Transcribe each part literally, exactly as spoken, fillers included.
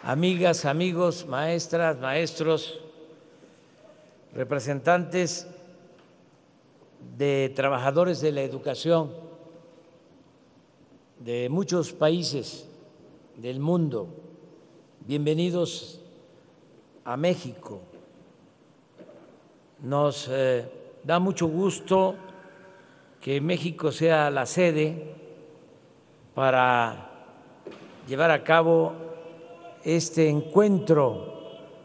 amigas, amigos, maestras, maestros, representantes de trabajadores de la educación de muchos países del mundo, bienvenidos a México. Nos eh, da mucho gusto que México sea la sede para llevar a cabo este encuentro,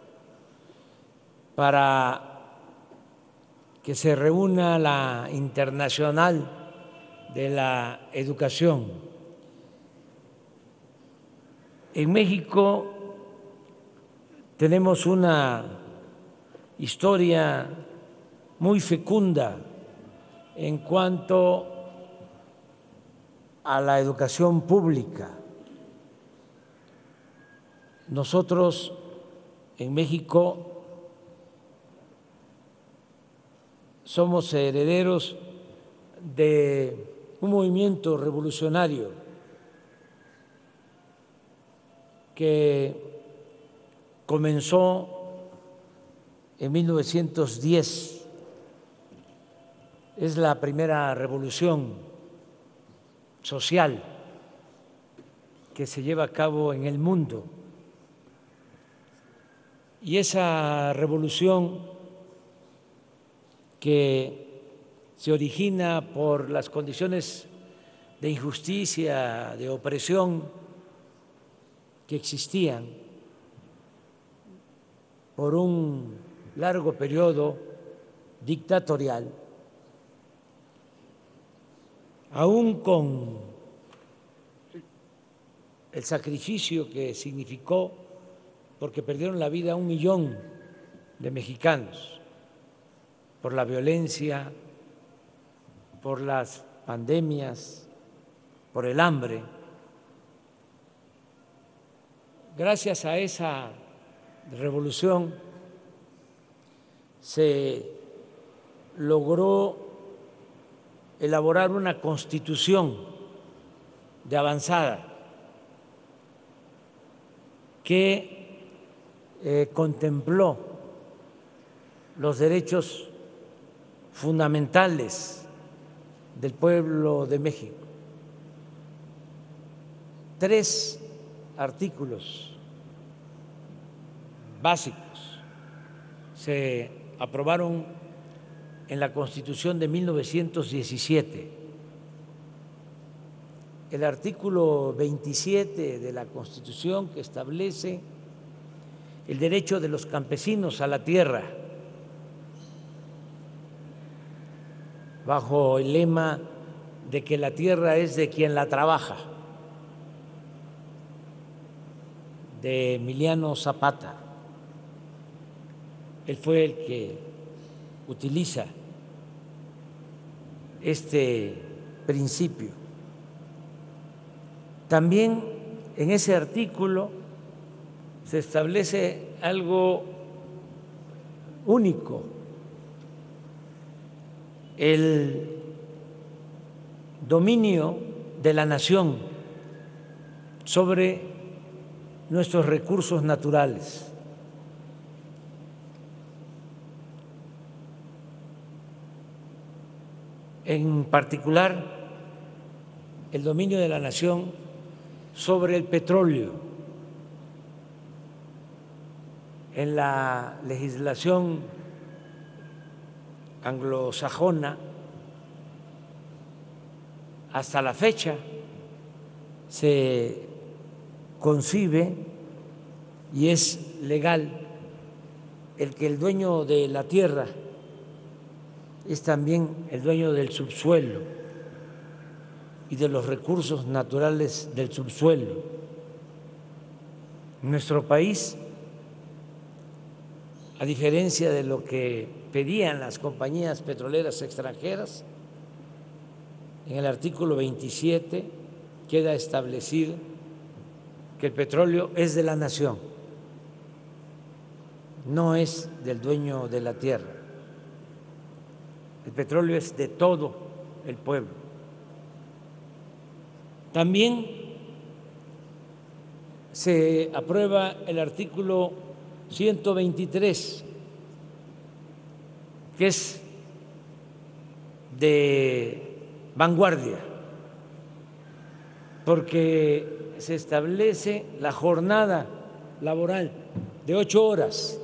para que se reúna la Internacional de la Educación. En México tenemos una historia muy fecunda en cuanto a la educación pública. Nosotros en México somos herederos de un movimiento revolucionario que comenzó en mil novecientos diez. Es la primera revolución social que se lleva a cabo en el mundo. Y esa revolución que se origina por las condiciones de injusticia, de opresión que existían por un largo periodo dictatorial, aún con el sacrificio que significó, porque perdieron la vida un millón de mexicanos por la violencia, por las pandemias, por el hambre. Gracias a esa revolución se logró elaborar una constitución de avanzada que eh, contempló los derechos fundamentales del pueblo de México. Tres artículos básicos se aprobaron en la Constitución de mil novecientos diecisiete. El artículo veintisiete de la Constitución, que establece el derecho de los campesinos a la tierra, bajo el lema de que la tierra es de quien la trabaja, de Emiliano Zapata. Él fue el que utiliza este principio. También en ese artículo se establece algo único: el dominio de la nación sobre nuestros recursos naturales. En particular, el dominio de la nación sobre el petróleo. En la legislación anglosajona, hasta la fecha, se concibe y es legal el que el dueño de la tierra es también el dueño del subsuelo y de los recursos naturales del subsuelo. En nuestro país, a diferencia de lo que pedían las compañías petroleras extranjeras, en el artículo veintisiete queda establecido que el petróleo es de la nación, no es del dueño de la tierra. El petróleo es de todo el pueblo. También se aprueba el artículo ciento veintitrés, que es de vanguardia, porque se establece la jornada laboral de ocho horas.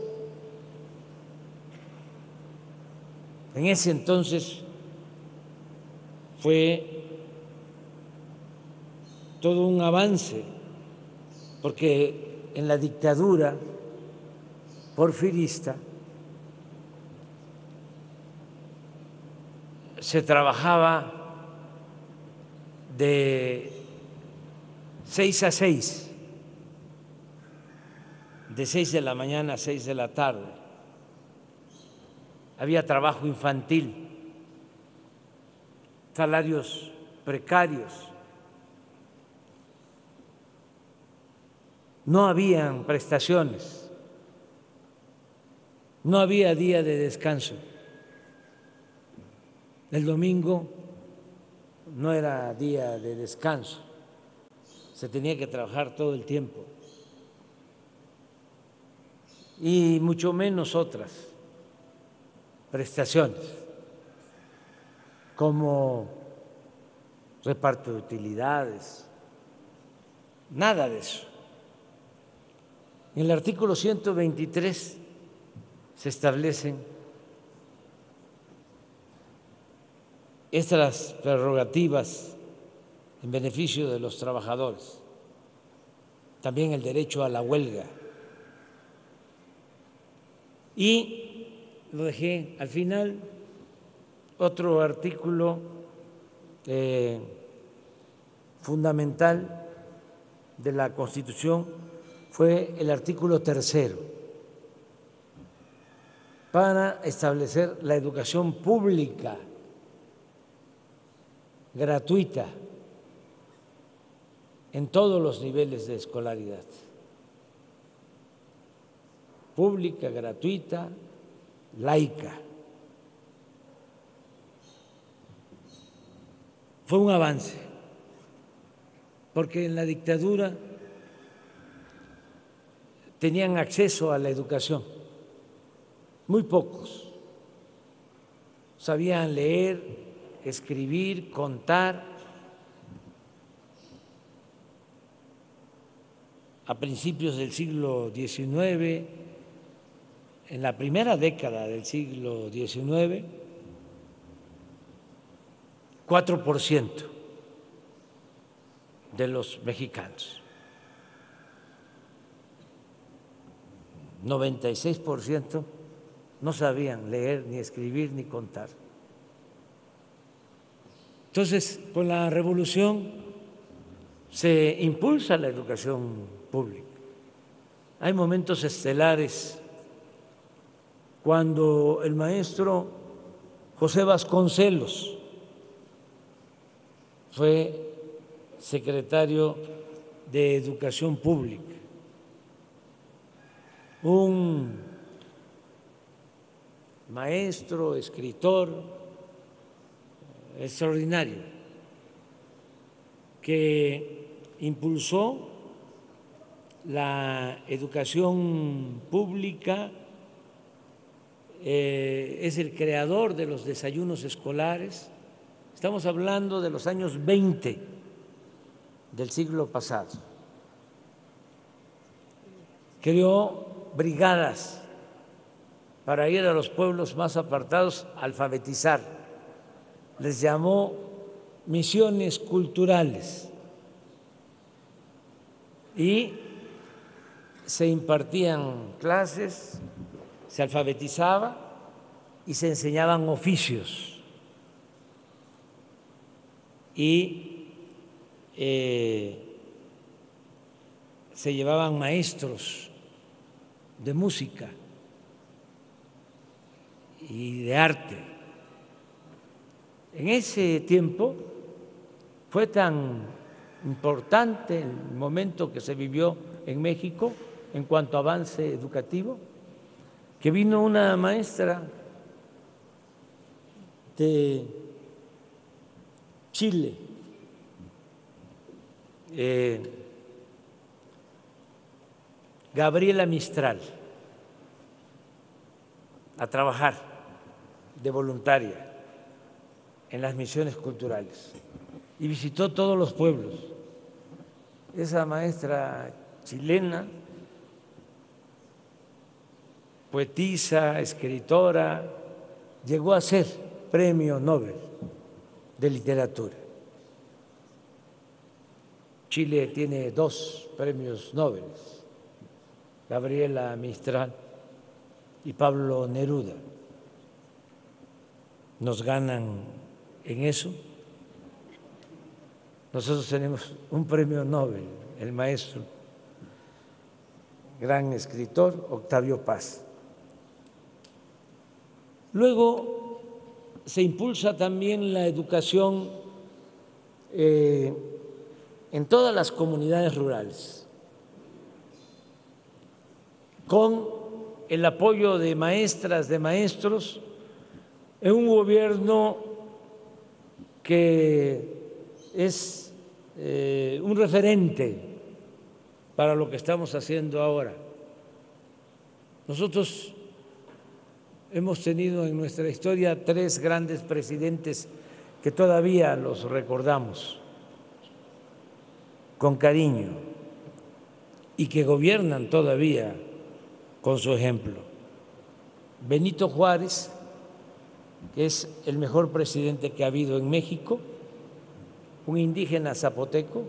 En ese entonces fue todo un avance, porque en la dictadura porfirista se trabajaba de seis a seis, de seis de la mañana a seis de la tarde. Había trabajo infantil, salarios precarios, no habían prestaciones, no había día de descanso. El domingo no era día de descanso, se tenía que trabajar todo el tiempo, y mucho menos otras prestaciones como reparto de utilidades, nada de eso. En el artículo ciento veintitrés se establecen estas prerrogativas en beneficio de los trabajadores, también el derecho a la huelga. Y lo dejé al final, otro artículo eh, fundamental de la Constitución fue el artículo tercero, para establecer la educación pública gratuita en todos los niveles de escolaridad, pública, gratuita, laica. Fue un avance, porque en la dictadura tenían acceso a la educación muy pocos, sabían leer, escribir, contar. A principios del siglo diecinueve, en la primera década del siglo diecinueve, cuatro por ciento de los mexicanos, noventa y seis por ciento no sabían leer, ni escribir, ni contar. Entonces, con la revolución se impulsa la educación pública. Hay momentos estelares cuando el maestro José Vasconcelos fue secretario de Educación Pública, un maestro, escritor extraordinario, que impulsó la educación pública, eh, es el creador de los desayunos escolares. Estamos hablando de los años veinte del siglo pasado. Creó brigadas para ir a los pueblos más apartados a alfabetizar. Les llamó misiones culturales y se impartían clases, se alfabetizaba y se enseñaban oficios. Y eh, se llevaban maestros de música y de arte. En ese tiempo fue tan importante el momento que se vivió en México en cuanto a avance educativo, que vino una maestra de Chile, eh, Gabriela Mistral a trabajar de voluntaria en las misiones culturales y visitó todos los pueblos. Esa maestra chilena, poetisa, escritora, llegó a ser premio Nobel de literatura. Chile tiene dos premios Nobel, Gabriela Mistral y Pablo Neruda. Nos ganan en eso. Nosotros tenemos un premio Nobel, el maestro, gran escritor, Octavio Paz. Luego se impulsa también la educación eh, en todas las comunidades rurales, con el apoyo de maestras, de maestros, en un gobierno que es eh, un referente para lo que estamos haciendo ahora. Nosotros hemos tenido en nuestra historia tres grandes presidentes que todavía los recordamos con cariño y que gobiernan todavía con su ejemplo. Benito Juárez, que es el mejor presidente que ha habido en México, un indígena zapoteco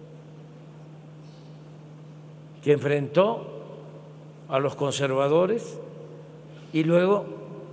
que enfrentó a los conservadores y luego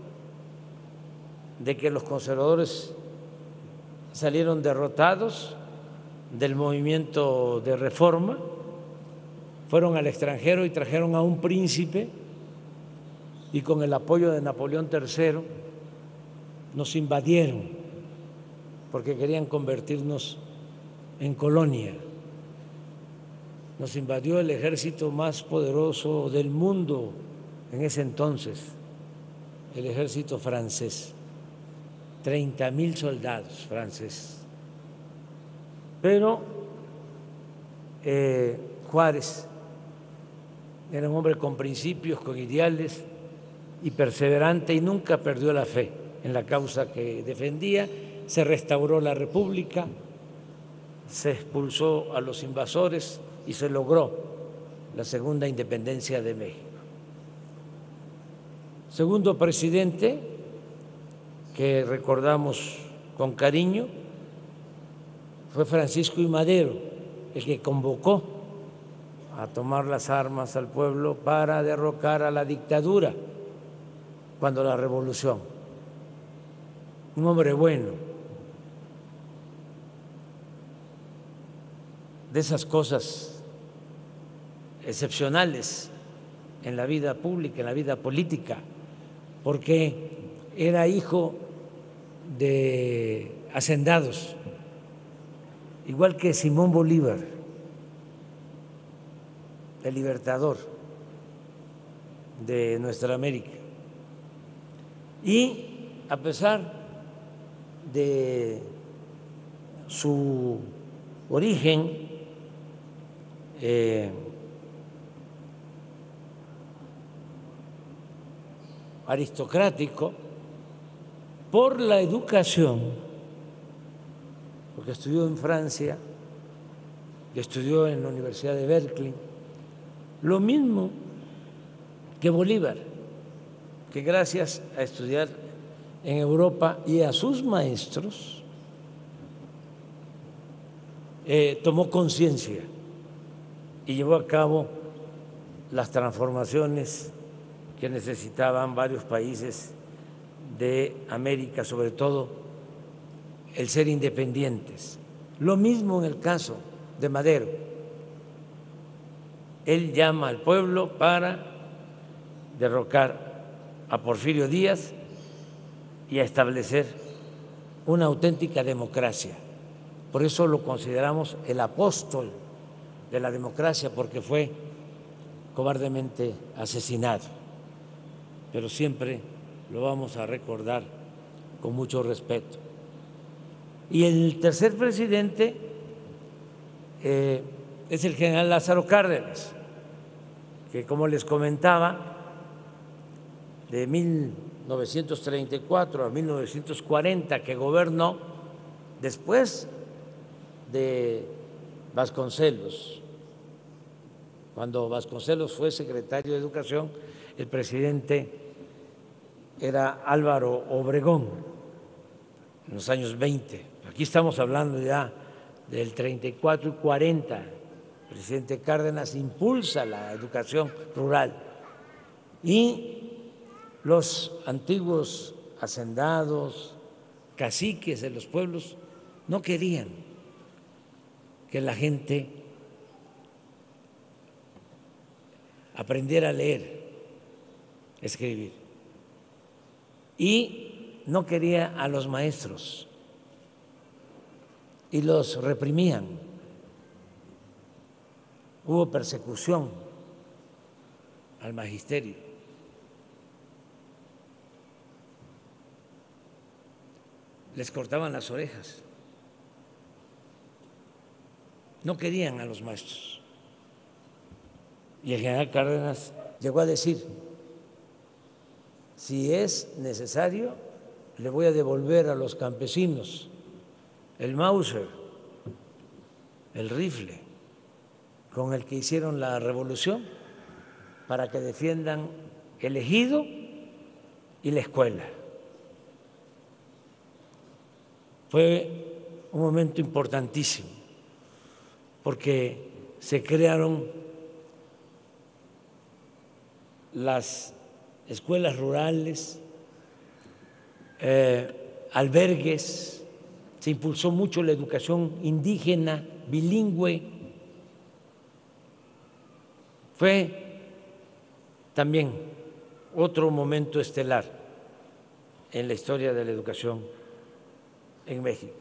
de que los conservadores salieron derrotados del movimiento de reforma, fueron al extranjero y trajeron a un príncipe y con el apoyo de Napoleón tercero nos invadieron porque querían convertirnos en colonia. Nos invadió el ejército más poderoso del mundo en ese entonces, el ejército francés, treinta mil soldados franceses. Pero eh, Juárez era un hombre con principios, con ideales y perseverante, y nunca perdió la fe en la causa que defendía. Se restauró la República, se expulsó a los invasores y se logró la segunda independencia de México. Segundo presidente que recordamos con cariño fue Francisco I. Madero, el que convocó a tomar las armas al pueblo para derrocar a la dictadura cuando la revolución. Un hombre bueno. De esas cosas excepcionales en la vida pública, en la vida política, porque era hijo de hacendados, igual que Simón Bolívar, el libertador de nuestra América. Y a pesar de su origen eh, aristocrático, por la educación, porque estudió en Francia y estudió en la Universidad de Berkeley, lo mismo que Bolívar, que gracias a estudiar en Europa y a sus maestros eh, tomó conciencia y llevó a cabo las transformaciones que necesitaban varios países de América, sobre todo el ser independientes. Lo mismo en el caso de Madero. Él llama al pueblo para derrocar a Porfirio Díaz y a establecer una auténtica democracia. Por eso lo consideramos el apóstol de la democracia, porque fue cobardemente asesinado, pero siempre lo vamos a recordar con mucho respeto. Y el tercer presidente eh, es el general Lázaro Cárdenas, que, como les comentaba, de mil novecientos treinta y cuatro a mil novecientos cuarenta, que gobernó después de Vasconcelos. Cuando Vasconcelos fue secretario de Educación, el presidente era Álvaro Obregón, en los años veinte. Aquí estamos hablando ya del treinta y cuatro y cuarenta. El presidente Cárdenas impulsa la educación rural y los antiguos hacendados, caciques de los pueblos, no querían que la gente aprendiera a leer, escribir, y no quería a los maestros y los reprimían. Hubo persecución al magisterio. Les cortaban las orejas. No querían a los maestros. Y el general Cárdenas llegó a decir: si es necesario, le voy a devolver a los campesinos el Mauser, el rifle con el que hicieron la revolución, para que defiendan el ejido y la escuela. Fue un momento importantísimo, porque se crearon las escuelas rurales, eh, albergues, se impulsó mucho la educación indígena, bilingüe. Fue también otro momento estelar en la historia de la educación en México.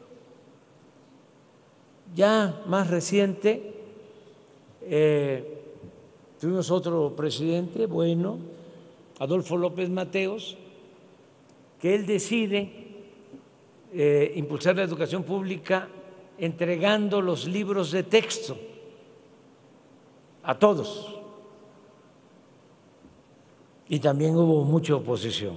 Ya más reciente, eh, tuvimos otro presidente bueno, Adolfo López Mateos, que él decide eh, impulsar la educación pública entregando los libros de texto a todos. Y también hubo mucha oposición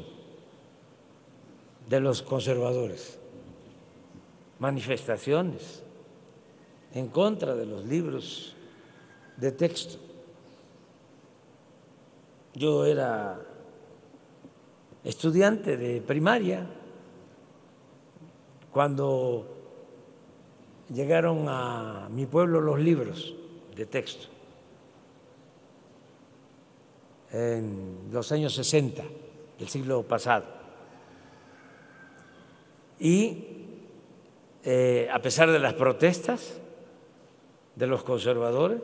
de los conservadores, manifestaciones en contra de los libros de texto. Yo era estudiante de primaria cuando llegaron a mi pueblo los libros de texto, en los años sesenta del siglo pasado. Y eh, a pesar de las protestas de los conservadores,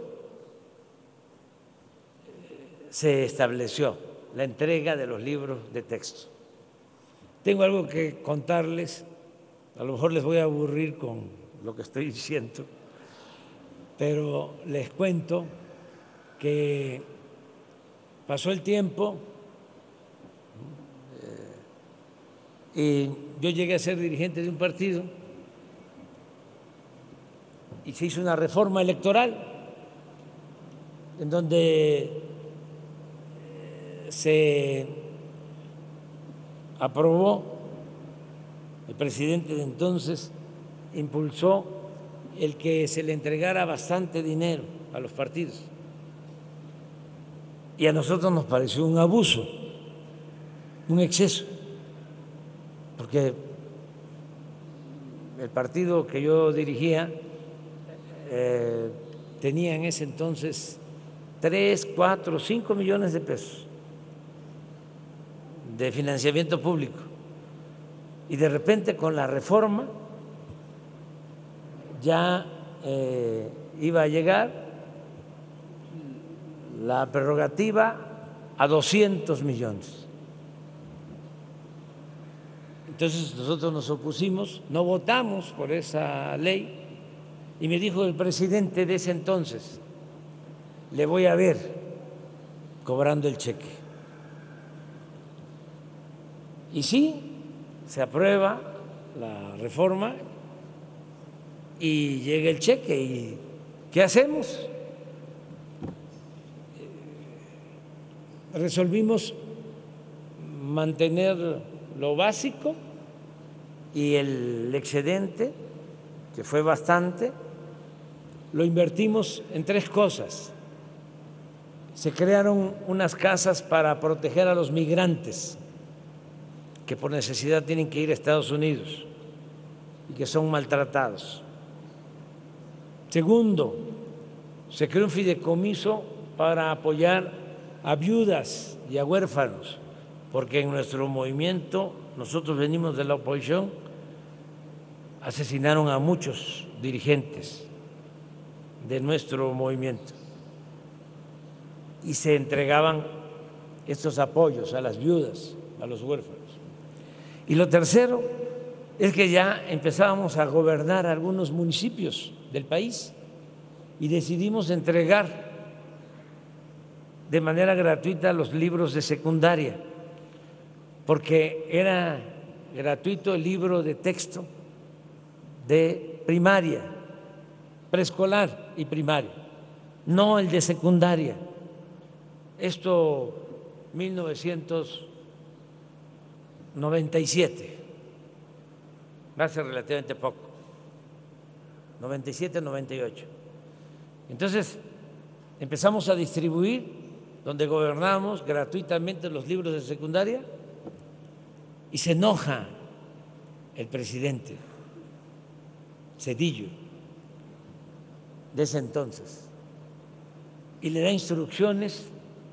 se estableció la entrega de los libros de texto. Tengo algo que contarles, a lo mejor les voy a aburrir con lo que estoy diciendo, pero les cuento que pasó el tiempo eh, y yo llegué a ser dirigente de un partido y se hizo una reforma electoral en donde se aprobó, el presidente de entonces impulsó el que se le entregara bastante dinero a los partidos. Y a nosotros nos pareció un abuso, un exceso, porque el partido que yo dirigía eh, tenía en ese entonces tres, cuatro, cinco millones de pesos de financiamiento público. Y de repente, con la reforma, ya eh, iba a llegar la prerrogativa a doscientos millones. Entonces nosotros nos opusimos, no votamos por esa ley, y me dijo el presidente de ese entonces: le voy a ver cobrando el cheque. Y sí, se aprueba la reforma y llega el cheque. ¿Y qué hacemos? resolvimos mantener lo básico y el excedente, que fue bastante, lo invertimos en tres cosas. Se crearon unas casas para proteger a los migrantes que por necesidad tienen que ir a Estados Unidos y que son maltratados. Segundo, se creó un fideicomiso para apoyar a viudas y a huérfanos, porque en nuestro movimiento, nosotros venimos de la oposición, asesinaron a muchos dirigentes de nuestro movimiento y se entregaban estos apoyos a las viudas, a los huérfanos. Y lo tercero es que ya empezábamos a gobernar algunos municipios del país y decidimos entregar de manera gratuita los libros de secundaria, porque era gratuito el libro de texto de primaria, preescolar y primaria, no el de secundaria. Esto mil novecientos noventa y siete, hace relativamente poco, noventa y siete, noventa y ocho. Entonces empezamos a distribuir, donde gobernamos, gratuitamente los libros de secundaria, y se enoja el presidente Zedillo de ese entonces y le da instrucciones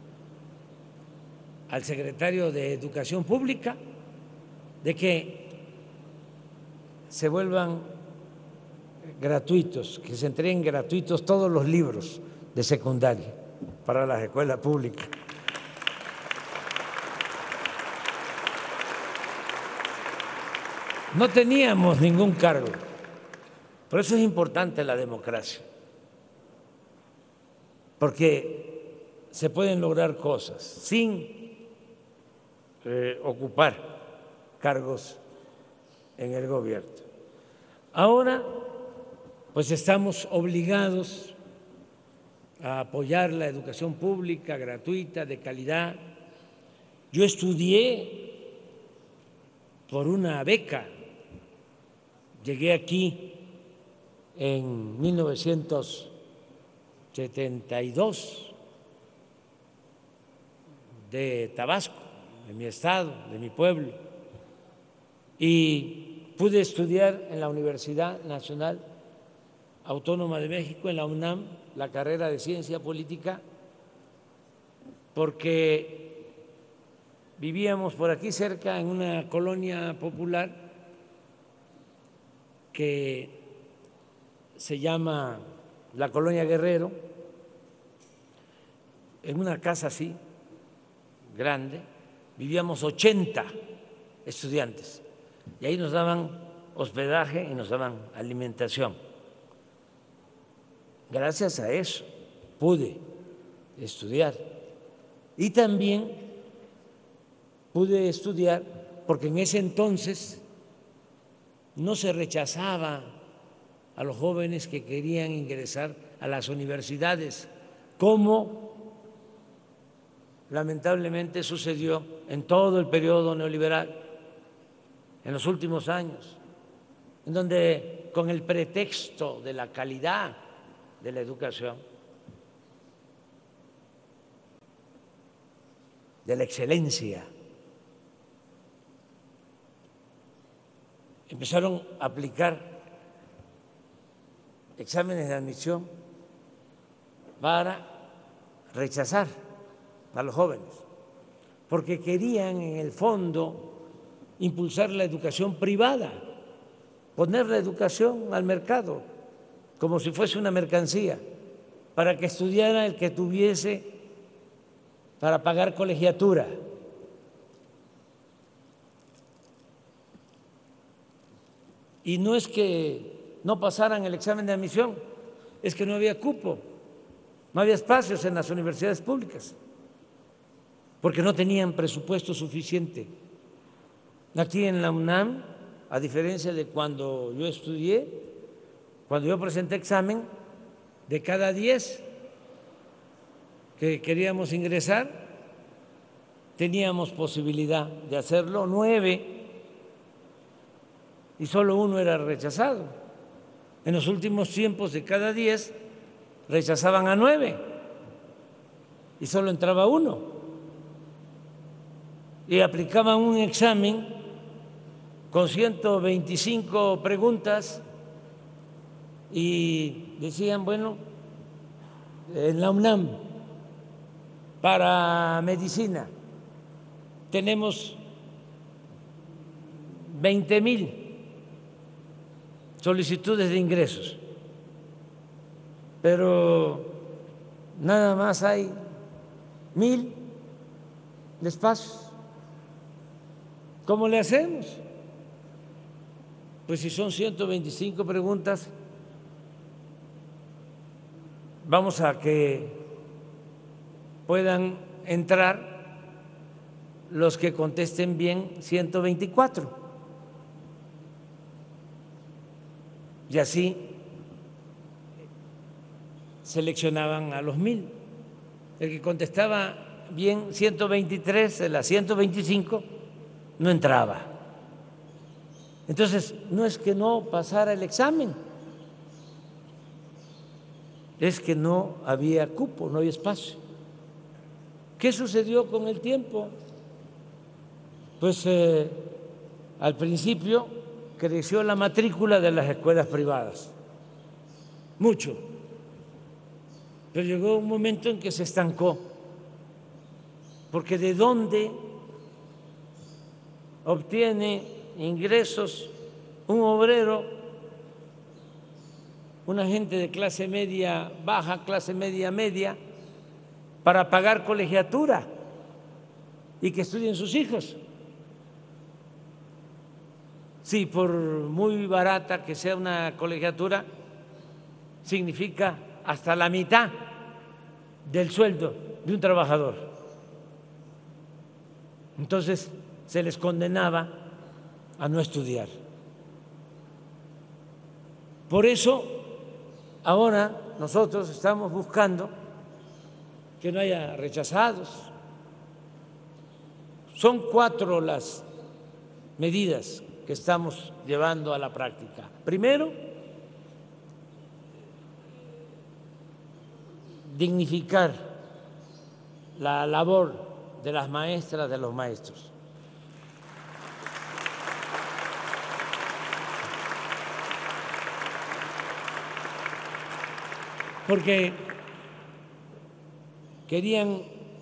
al secretario de Educación Pública de que se vuelvan gratuitos, que se entreguen gratuitos todos los libros de secundaria para las escuelas públicas. No teníamos ningún cargo. Por eso es importante la democracia, porque se pueden lograr cosas sin eh, ocupar cargos en el gobierno. Ahora, pues estamos obligados a apoyar la educación pública, gratuita, de calidad. Yo estudié por una beca, llegué aquí en mil novecientos setenta y dos de Tabasco, de mi estado, de mi pueblo, y pude estudiar en la Universidad Nacional Autónoma de México, en la UNAM, la carrera de Ciencia Política, porque vivíamos por aquí cerca en una colonia popular que se llama la Colonia Guerrero, en una casa así, grande, vivíamos ochenta estudiantes y ahí nos daban hospedaje y nos daban alimentación. Gracias a eso pude estudiar y también pude estudiar porque en ese entonces no se rechazaba a los jóvenes que querían ingresar a las universidades, como lamentablemente sucedió en todo el periodo neoliberal, en los últimos años, en donde con el pretexto de la calidad de la educación, de la excelencia, empezaron a aplicar exámenes de admisión para rechazar a los jóvenes, porque querían en el fondo impulsar la educación privada, poner la educación al mercado como si fuese una mercancía, para que estudiara el que tuviese para pagar colegiatura. Y no es que no pasaran el examen de admisión, es que no había cupo, no había espacios en las universidades públicas, porque no tenían presupuesto suficiente. Aquí en la UNAM, a diferencia de cuando yo estudié, cuando yo presenté examen, de cada diez que queríamos ingresar, teníamos posibilidad de hacerlo, nueve, y solo uno era rechazado. En los últimos tiempos, de cada diez, rechazaban a nueve y solo entraba uno. Y aplicaban un examen con ciento veinticinco preguntas y decían, bueno, en la UNAM, para medicina, tenemos veinte mil solicitudes de ingresos, pero nada más hay mil espacios. ¿Cómo le hacemos? Pues si son ciento veinticinco preguntas, vamos a que puedan entrar los que contesten bien ciento veinticuatro. Y así seleccionaban a los mil. El que contestaba bien ciento veintitrés, de las ciento veinticinco, no entraba. Entonces, no es que no pasara el examen, es que no había cupo, no había espacio. ¿Qué sucedió con el tiempo? Pues eh, al principio creció la matrícula de las escuelas privadas, mucho, pero llegó un momento en que se estancó, porque ¿de dónde obtiene ingresos un obrero, una gente de clase media baja, clase media media, para pagar colegiatura y que estudien sus hijos? Sí, por muy barata que sea una colegiatura, significa hasta la mitad del sueldo de un trabajador. Entonces se les condenaba a no estudiar. Por eso ahora nosotros estamos buscando que no haya rechazados. Son cuatro las medidas que estamos llevando a la práctica. Primero, dignificar la labor de las maestras, de los maestros. Porque querían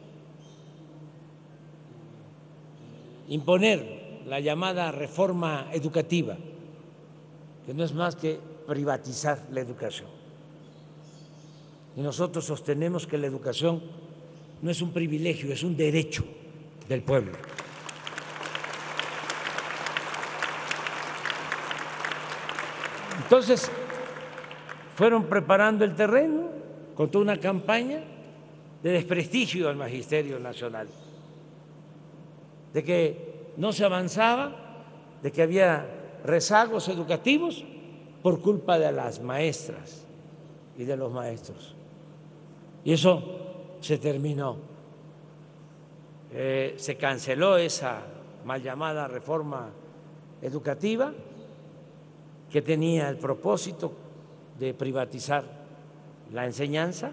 imponer la llamada reforma educativa, que no es más que privatizar la educación. Y nosotros sostenemos que la educación no es un privilegio, es un derecho del pueblo. Entonces, fueron preparando el terreno con toda una campaña de desprestigio al Magisterio Nacional, de que no se avanzaba, de que había rezagos educativos por culpa de las maestras y de los maestros. Y eso se terminó. Eh, se canceló esa mal llamada reforma educativa que tenía el propósito de privatizar la enseñanza,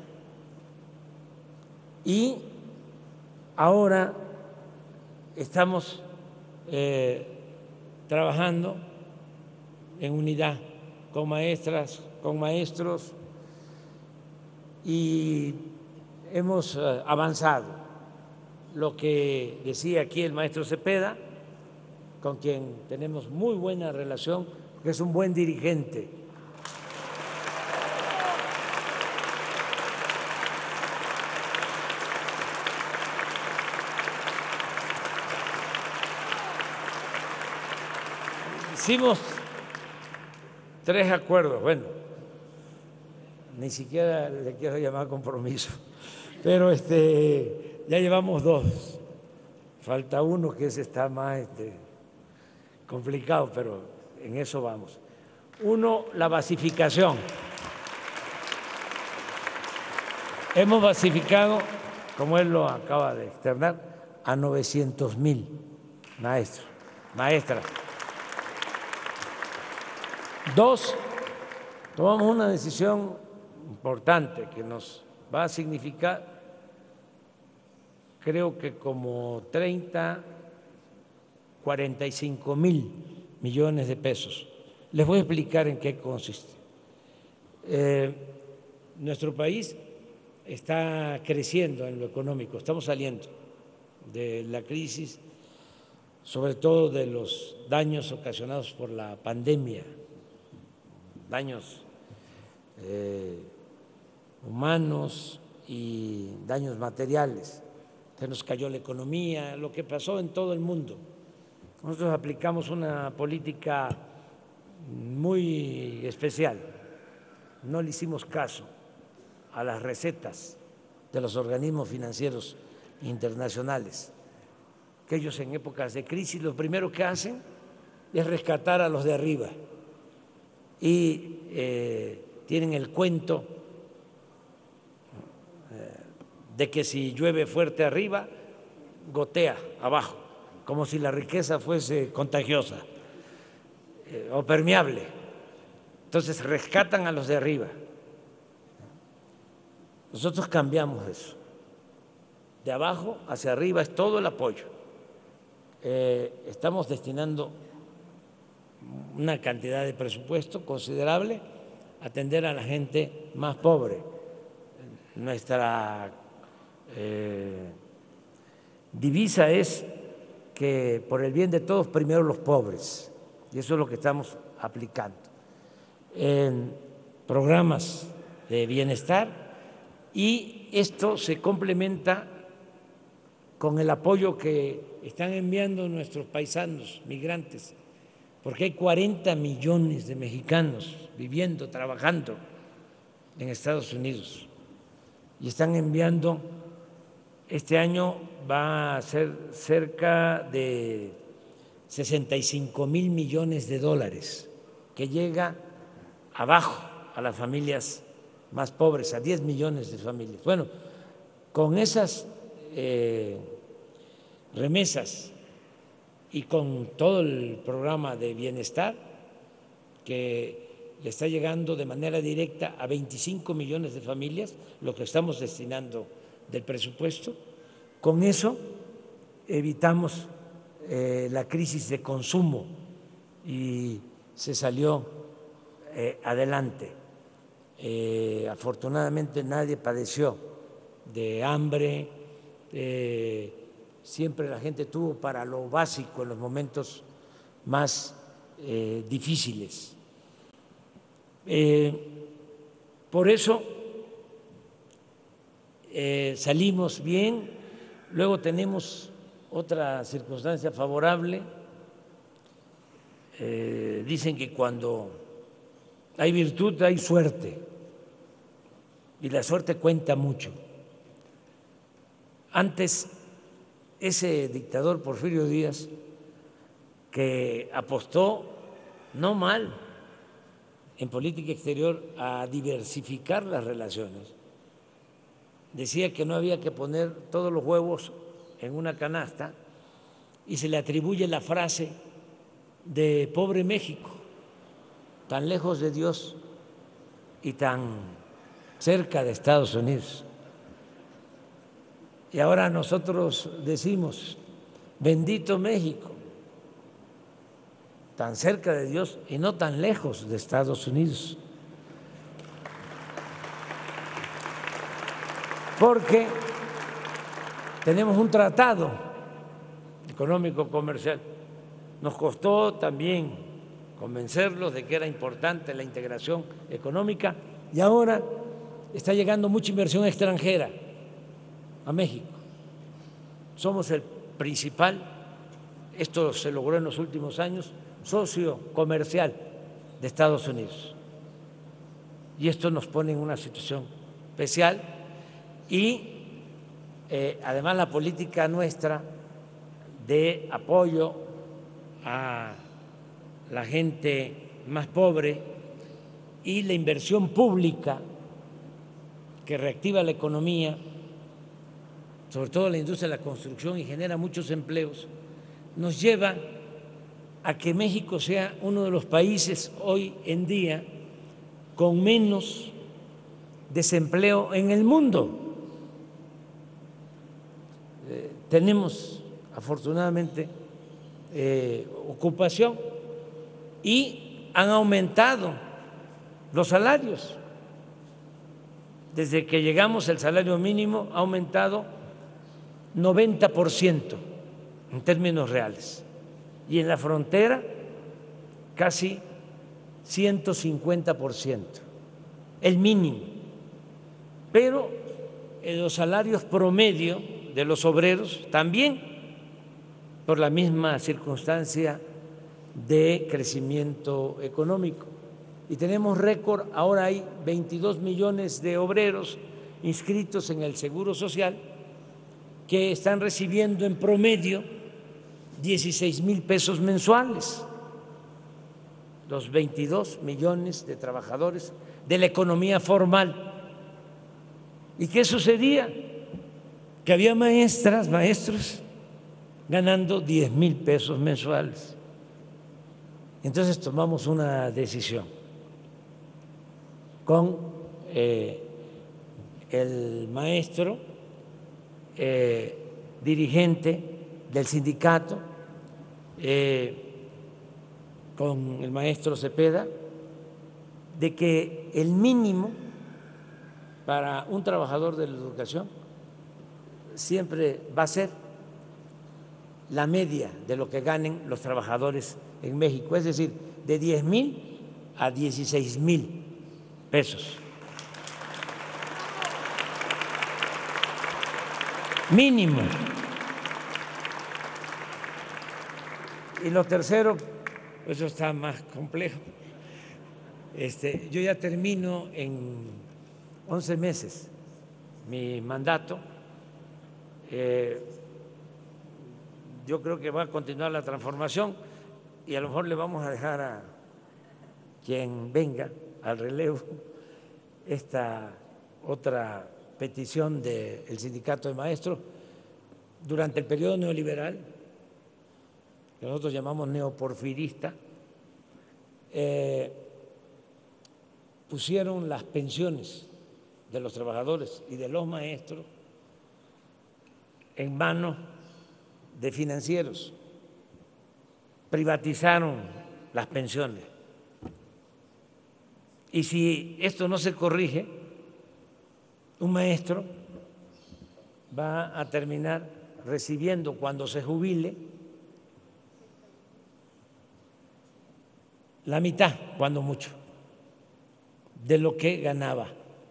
y ahora estamos eh, trabajando en unidad con maestras, con maestros, y hemos eh, avanzado. Lo que decía aquí el maestro Cepeda, con quien tenemos muy buena relación, que es un buen dirigente. Hicimos tres acuerdos, bueno, ni siquiera le quiero llamar compromiso, pero este, ya llevamos dos, falta uno que ese está más este, complicado, pero en eso vamos. Uno, la basificación. Hemos basificado, como él lo acaba de externar, a novecientos mil maestros, maestras. Dos, tomamos una decisión importante que nos va a significar, creo que como treinta, cuarenta y cinco mil millones de pesos. Les voy a explicar en qué consiste. Eh, nuestro país está creciendo en lo económico, estamos saliendo de la crisis, sobre todo de los daños ocasionados por la pandemia, daños eh, humanos y daños materiales. Se nos cayó la economía, lo que pasó en todo el mundo. Nosotros aplicamos una política muy especial, no le hicimos caso a las recetas de los organismos financieros internacionales, que ellos en épocas de crisis lo primero que hacen es rescatar a los de arriba y eh, tienen el cuento eh, de que si llueve fuerte arriba, gotea abajo, como si la riqueza fuese contagiosa eh, o permeable. Entonces rescatan a los de arriba. Nosotros cambiamos eso. De abajo hacia arriba es todo el apoyo. Eh, estamos destinando una cantidad de presupuesto considerable a atender a la gente más pobre. Nuestra eh, divisa es que por el bien de todos, primero los pobres, y eso es lo que estamos aplicando. En programas de bienestar, y esto se complementa con el apoyo que están enviando nuestros paisanos migrantes, porque hay cuarenta millones de mexicanos viviendo, trabajando en Estados Unidos y están enviando, este año va a ser cerca de sesenta y cinco mil millones de dólares que llega abajo a las familias más pobres, a diez millones de familias. Bueno, con esas eh, remesas y con todo el programa de bienestar que le está llegando de manera directa a veinticinco millones de familias, lo que estamos destinando del presupuesto, con eso evitamos eh, la crisis de consumo y se salió eh, adelante. Eh, afortunadamente nadie padeció de hambre, eh, siempre la gente tuvo para lo básico en los momentos más eh, difíciles. Eh, por eso eh, salimos bien, luego tenemos otra circunstancia favorable. Eh, dicen que cuando hay virtud hay suerte, y la suerte cuenta mucho. Antes, ese dictador Porfirio Díaz, que apostó no mal en política exterior a diversificar las relaciones, decía que no había que poner todos los huevos en una canasta, y se le atribuye la frase de pobre México, tan lejos de Dios y tan cerca de Estados Unidos. Y ahora nosotros decimos, bendito México, tan cerca de Dios y no tan lejos de Estados Unidos. Porque tenemos un tratado económico comercial. Nos costó también convencerlos de que era importante la integración económica, y ahora está llegando mucha inversión extranjera a México. Somos el principal, esto se logró en los últimos años, socio comercial de Estados Unidos. Y esto nos pone en una situación especial, y eh, además la política nuestra de apoyo a la gente más pobre y la inversión pública que reactiva la economía sobre todo la industria de la construcción, y genera muchos empleos, nos lleva a que México sea uno de los países hoy en día con menos desempleo en el mundo. Eh, tenemos afortunadamente eh, ocupación y han aumentado los salarios. Desde que llegamos el salario mínimo ha aumentado noventa por ciento en términos reales y en la frontera casi ciento cincuenta por ciento, el mínimo. Pero en los salarios promedio de los obreros también, por la misma circunstancia de crecimiento económico. Y tenemos récord, ahora hay veintidós millones de obreros inscritos en el Seguro Social que están recibiendo en promedio dieciséis mil pesos mensuales, los veintidós millones de trabajadores de la economía formal. ¿Y qué sucedía? Que había maestras, maestros ganando diez mil pesos mensuales. Entonces tomamos una decisión con eh, el maestro eh, dirigente del sindicato, eh, con el maestro Cepeda, de que el mínimo para un trabajador de la educación siempre va a ser la media de lo que ganen los trabajadores en México, es decir, de diez mil a dieciséis mil pesos. Mínimo. Y lo tercero, eso está más complejo. Este, yo ya termino en once meses mi mandato. Eh, yo creo que va a continuar la transformación y a lo mejor le vamos a dejar a quien venga al relevo esta otra petición del sindicato de maestros. Durante el periodo neoliberal, que nosotros llamamos neoporfirista, eh, pusieron las pensiones de los trabajadores y de los maestros en manos de financieros, privatizaron las pensiones. Y si esto no se corrige, un maestro va a terminar recibiendo cuando se jubile la mitad, cuando mucho, de lo que ganaba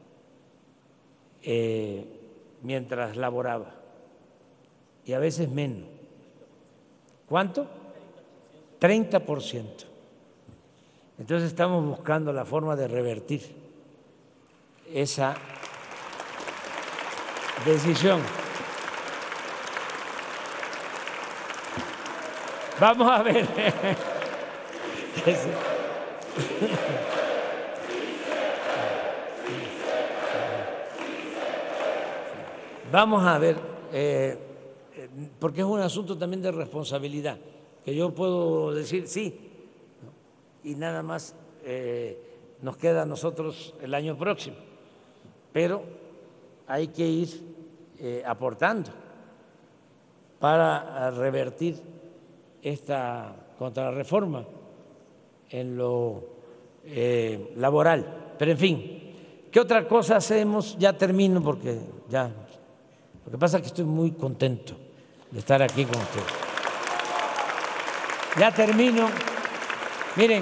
eh, mientras laboraba, y a veces menos. ¿Cuánto? treinta por ciento. Entonces estamos buscando la forma de revertir esa decisión. Vamos a ver. Vamos a ver, eh, porque es un asunto también de responsabilidad, que yo puedo decir sí, y nada más eh, nos queda a nosotros el año próximo, pero hay que ir eh, aportando para revertir esta contrarreforma en lo eh, laboral. Pero en fin, ¿qué otra cosa hacemos? Ya termino porque ya, lo que pasa es que estoy muy contento de estar aquí con ustedes. Ya termino. Miren,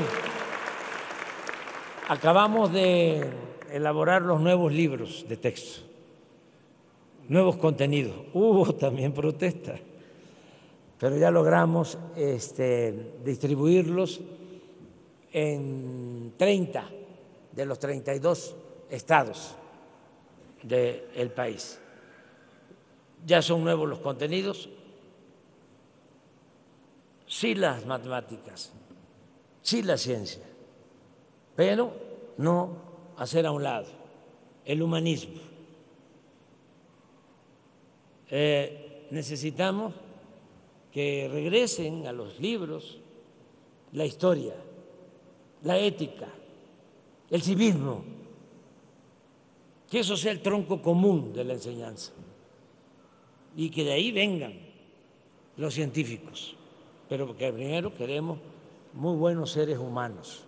acabamos de elaborar los nuevos libros de texto, nuevos contenidos. Hubo también protestas, pero ya logramos este, distribuirlos en treinta de los treinta y dos estados del país. Ya son nuevos los contenidos, sí las matemáticas, sí la ciencia, pero no hacer a un lado el humanismo. Eh, necesitamos que regresen a los libros la historia, la ética, el civismo, que eso sea el tronco común de la enseñanza y que de ahí vengan los científicos, pero que primero queremos muy buenos seres humanos,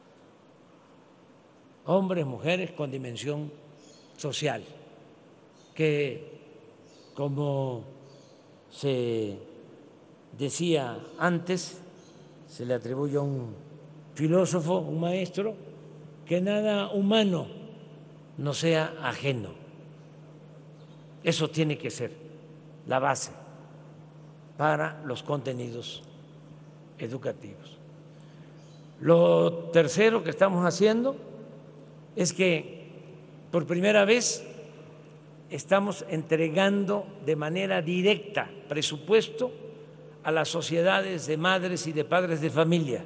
hombres, mujeres con dimensión social, que como se decía antes, se le atribuye a un filósofo, un maestro, que nada humano no sea ajeno. Eso tiene que ser la base para los contenidos educativos. Lo tercero que estamos haciendo es que por primera vez estamos entregando de manera directa presupuesto a las sociedades de madres y de padres de familia.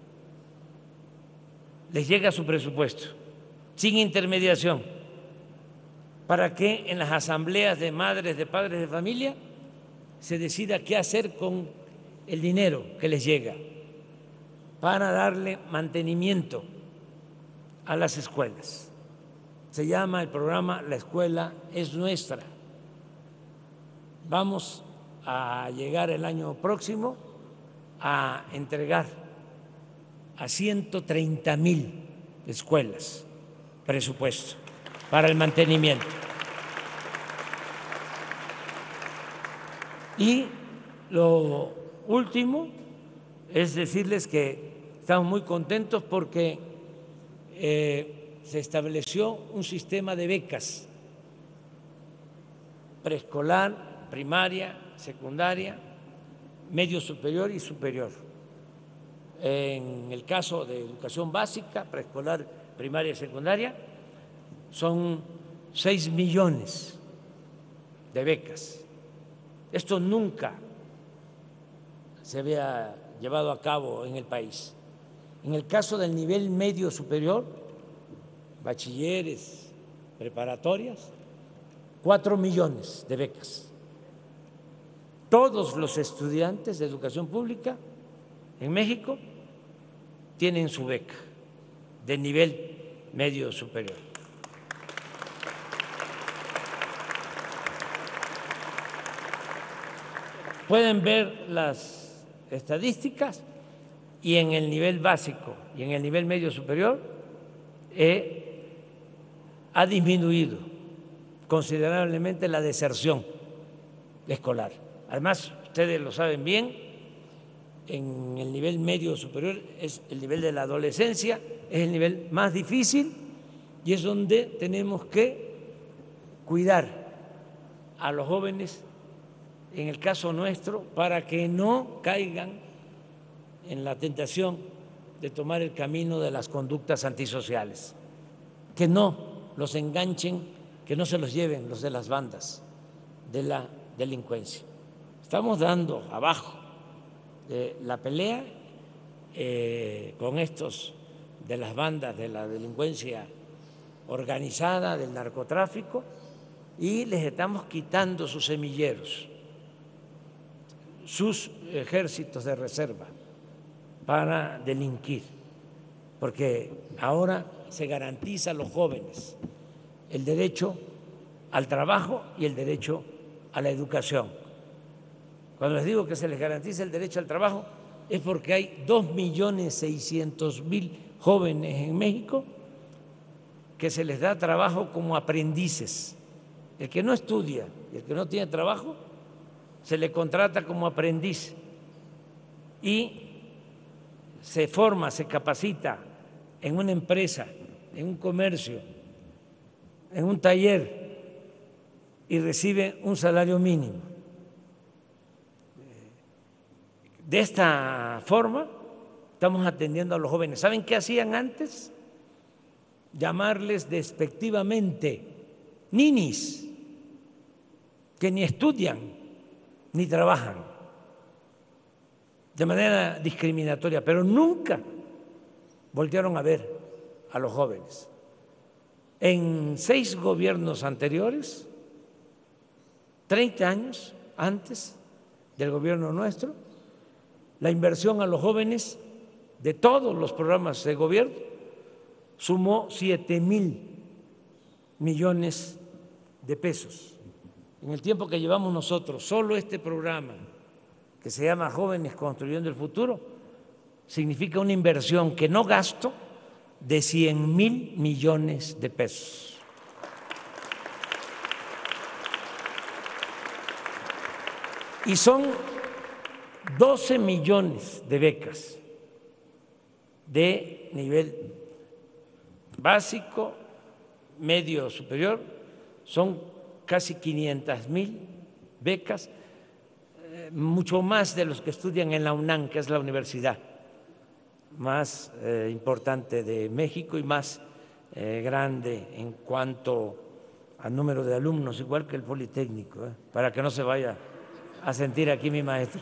Les llega su presupuesto, sin intermediación, para que en las asambleas de madres, de padres de familia, se decida qué hacer con el dinero que les llega, para darle mantenimiento a las escuelas. Se llama el programa La Escuela es Nuestra. Vamos a llegar el año próximo a entregar a ciento treinta mil escuelas presupuesto para el mantenimiento. Y lo último es decirles que estamos muy contentos porque eh, se estableció un sistema de becas preescolar, primaria, secundaria, medio superior y superior. En el caso de educación básica, preescolar, primaria y secundaria, son seis millones de becas. Esto nunca se había llevado a cabo en el país. En el caso del nivel medio superior, bachilleres, preparatorias, cuatro millones de becas. Todos los estudiantes de educación pública en México tienen su beca de nivel medio superior. Pueden ver las estadísticas y en el nivel básico y en el nivel medio superior eh, ha disminuido considerablemente la deserción escolar. Además, ustedes lo saben bien, en el nivel medio superior es el nivel de la adolescencia, es el nivel más difícil y es donde tenemos que cuidar a los jóvenes, en el caso nuestro, para que no caigan en la tentación de tomar el camino de las conductas antisociales, que no los enganchen, que no se los lleven los de las bandas de la delincuencia. Estamos dando abajo de la pelea eh, con estos de las bandas de la delincuencia organizada, del narcotráfico, y les estamos quitando sus semilleros, sus ejércitos de reserva para delinquir, porque ahora se garantiza a los jóvenes el derecho al trabajo y el derecho a la educación. Cuando les digo que se les garantiza el derecho al trabajo es porque hay dos millones seiscientos mil jóvenes en México que se les da trabajo como aprendices. El que no estudia y el que no tiene trabajo se le contrata como aprendiz y se forma, se capacita en una empresa, en un comercio, en un taller y recibe un salario mínimo. De esta forma estamos atendiendo a los jóvenes. ¿Saben qué hacían antes? Llamarles despectivamente ninis, que ni estudian ni trabajan, de manera discriminatoria, pero nunca voltearon a ver a los jóvenes. En seis gobiernos anteriores treinta años antes del gobierno nuestro, la inversión a los jóvenes de todos los programas de gobierno sumó siete mil millones de pesos. En el tiempo que llevamos nosotros, solo este programa que se llama Jóvenes Construyendo el Futuro significa una inversión que no gasto de cien mil millones de pesos. Y son doce millones de becas de nivel básico, medio, superior, son casi quinientas mil becas, eh, mucho más de los que estudian en la UNAM, que es la universidad más eh, importante de México y más eh, grande en cuanto al número de alumnos, igual que el Politécnico, eh, para que no se vaya a sentir aquí mi maestro.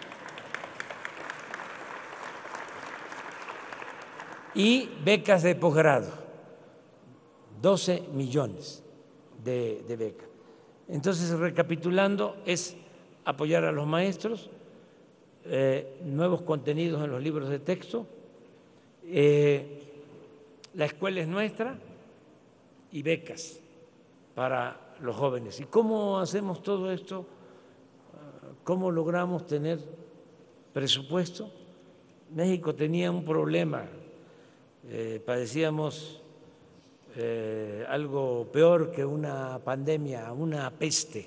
Y becas de posgrado, doce millones de, de becas. Entonces, recapitulando, es apoyar a los maestros, eh, nuevos contenidos en los libros de texto, eh, la escuela es nuestra y becas para los jóvenes. ¿Y cómo hacemos todo esto? ¿Cómo logramos tener presupuesto? México tenía un problema, eh, padecíamos eh, algo peor que una pandemia, una peste.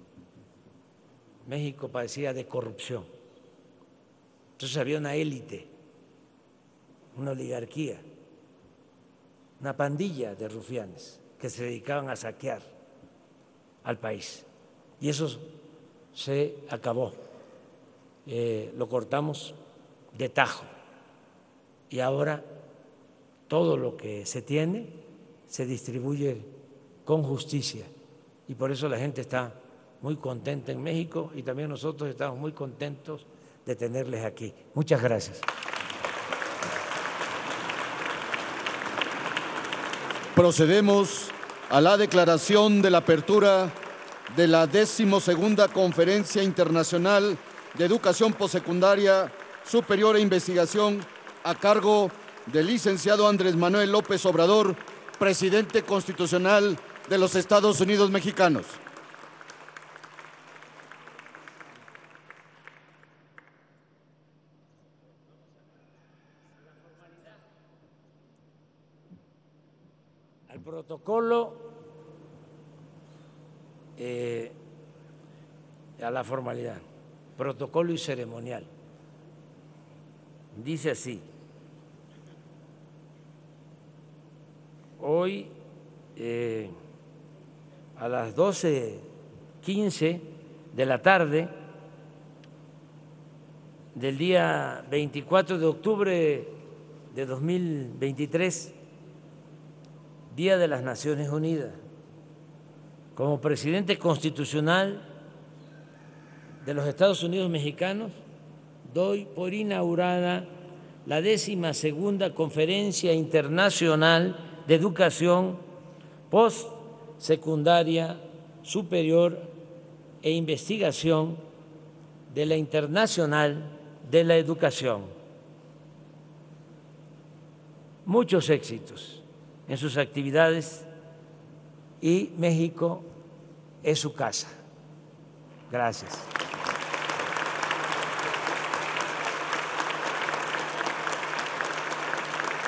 México padecía de corrupción. Entonces había una élite, una oligarquía, una pandilla de rufianes que se dedicaban a saquear al país. Y eso se acabó, eh, lo cortamos de tajo y ahora todo lo que se tiene se distribuye con justicia y por eso la gente está muy contenta en México y también nosotros estamos muy contentos de tenerles aquí. Muchas gracias. Procedemos a la declaración de la apertura de la decimosegunda Conferencia Internacional de Educación Postsecundaria Superior e Investigación a cargo del licenciado Andrés Manuel López Obrador, presidente constitucional de los Estados Unidos mexicanos. Al protocolo, eh, a la formalidad, protocolo y ceremonial. Dice así: hoy eh, a las doce quince de la tarde del día veinticuatro de octubre de dos mil veintitrés, Día de las Naciones Unidas, como presidente constitucional de los Estados Unidos mexicanos, doy por inaugurada la décima segunda Conferencia Internacional de Educación Postsecundaria Superior e Investigación de la Internacional de la Educación. Muchos éxitos en sus actividades y México es su casa. Gracias.